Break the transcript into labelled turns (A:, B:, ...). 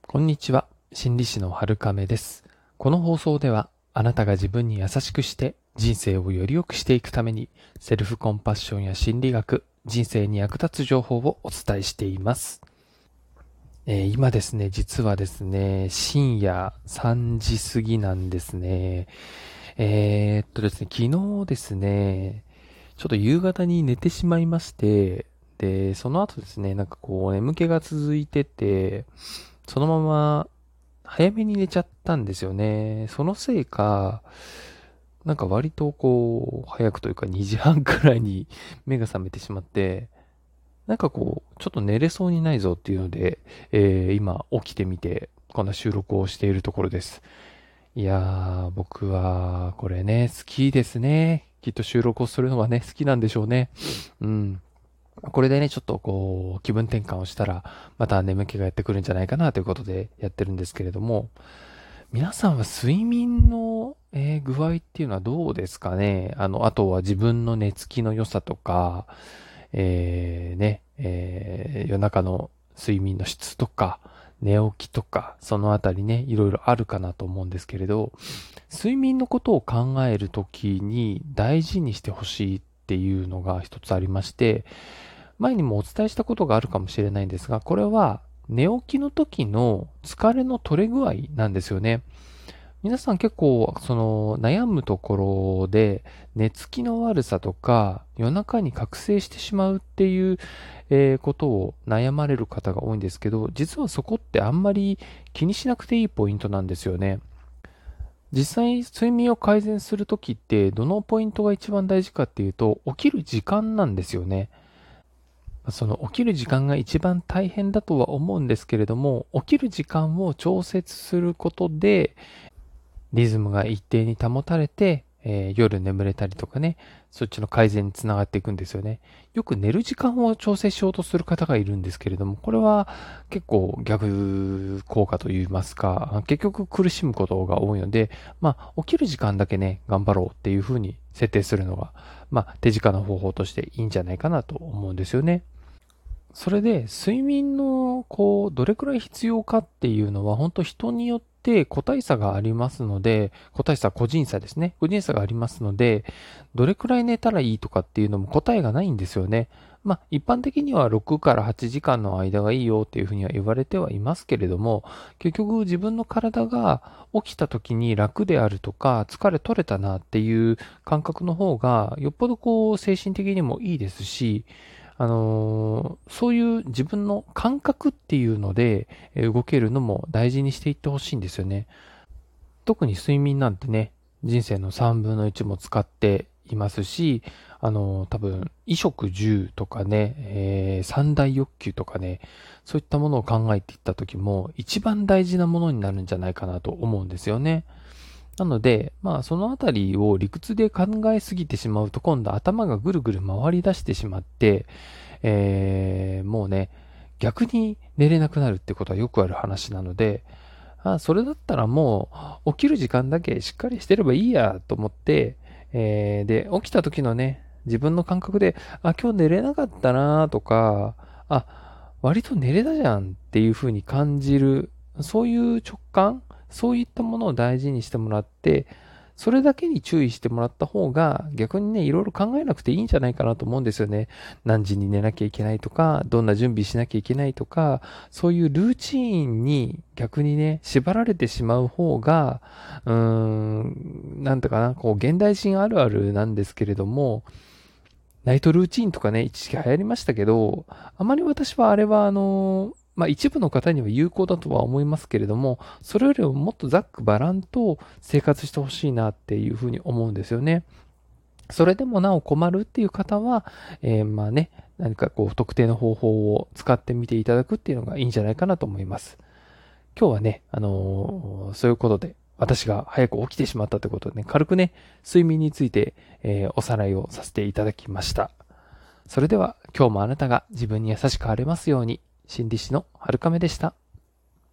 A: こんにちは、心理師の春亀です。この放送では、あなたが自分に優しくして人生をより良くしていくために、セルフコンパッションや心理学、人生に役立つ情報をお伝えしています。今ですね、実はですね、深夜3時過ぎなんですね。ですね、昨日ですね、ちょっと夕方に寝てしまいまして、で、その後ですね、眠気が続いてて、そのまま早めに寝ちゃったんですよね。そのせいか、割と早くというか2時半くらいに目が覚めてしまって、ちょっと寝れそうにないぞっていうので、今起きてみて、こんな収録をしているところです。いやー、僕は、これね、好きですね。きっと収録をするのがね、好きなんでしょうね。うん。これでね、ちょっと気分転換をしたら、また眠気がやってくるんじゃないかなということでやってるんですけれども、皆さんは睡眠の、具合っていうのはどうですかね。あとは自分の寝つきの良さとか、夜中の睡眠の質とか、寝起きとか、そのあたりね、いろいろあるかなと思うんですけれど、睡眠のことを考えるときに大事にしてほしいっていうのが一つありまして、前にもお伝えしたことがあるかもしれないんですが、これは寝起きの時の疲れの取れ具合なんですよね。皆さん結構悩むところで寝つきの悪さとか夜中に覚醒してしまうっていう、ことを悩まれる方が多いんですけど、実はそこってあんまり気にしなくていいポイントなんですよね。実際睡眠を改善するときってどのポイントが一番大事かっていうと、起きる時間なんですよね。その起きる時間が一番大変だとは思うんですけれども、起きる時間を調節することで、リズムが一定に保たれて、夜眠れたりとかね、そっちの改善につながっていくんですよね。よく寝る時間を調整しようとする方がいるんですけれども、これは結構逆効果といいますか、結局苦しむことが多いので、起きる時間だけね、頑張ろうっていう風に設定するのが、手近な方法としていいんじゃないかなと思うんですよね。それで、睡眠の、どれくらい必要かっていうのは、本当人によって個体差がありますので、個体差、個人差ですね。個人差がありますので、どれくらい寝たらいいとかっていうのも答えがないんですよね。一般的には6から8時間の間がいいよっていうふうには言われてはいますけれども、結局自分の体が起きた時に楽であるとか、疲れ取れたなっていう感覚の方が、よっぽど精神的にもいいですし、そういう自分の感覚っていうので動けるのも大事にしていってほしいんですよね。特に睡眠なんてね、人生の3分の1も使っていますし、多分、衣食住とかね、三大欲求とかね、そういったものを考えていった時も一番大事なものになるんじゃないかなと思うんですよね。なので、そのあたりを理屈で考えすぎてしまうと、今度頭がぐるぐる回り出してしまって、もうね、逆に寝れなくなるってことはよくある話なので、それだったらもう、起きる時間だけしっかりしてればいいやと思って、で、起きた時のね、自分の感覚で、今日寝れなかったなとか、割と寝れたじゃんっていう風に感じる、そういう直感、そういったものを大事にしてもらって、それだけに注意してもらった方が、逆にね、いろいろ考えなくていいんじゃないかなと思うんですよね。何時に寝なきゃいけないとか、どんな準備しなきゃいけないとか、そういうルーチンに逆にね、縛られてしまう方が、なんとかな、現代人あるあるなんですけれども、ナイトルーチンとかね、一時期流行りましたけど、あまり私はあれは一部の方には有効だとは思いますけれども、それよりももっとざっくばらんと生活してほしいなっていうふうに思うんですよね。それでもなお困るっていう方は、何か特定の方法を使ってみていただくっていうのがいいんじゃないかなと思います。今日はね、そういうことで、私が早く起きてしまったということでね、軽くね、睡眠について、おさらいをさせていただきました。それでは、今日もあなたが自分に優しくあれますように、心理師の春亀でした。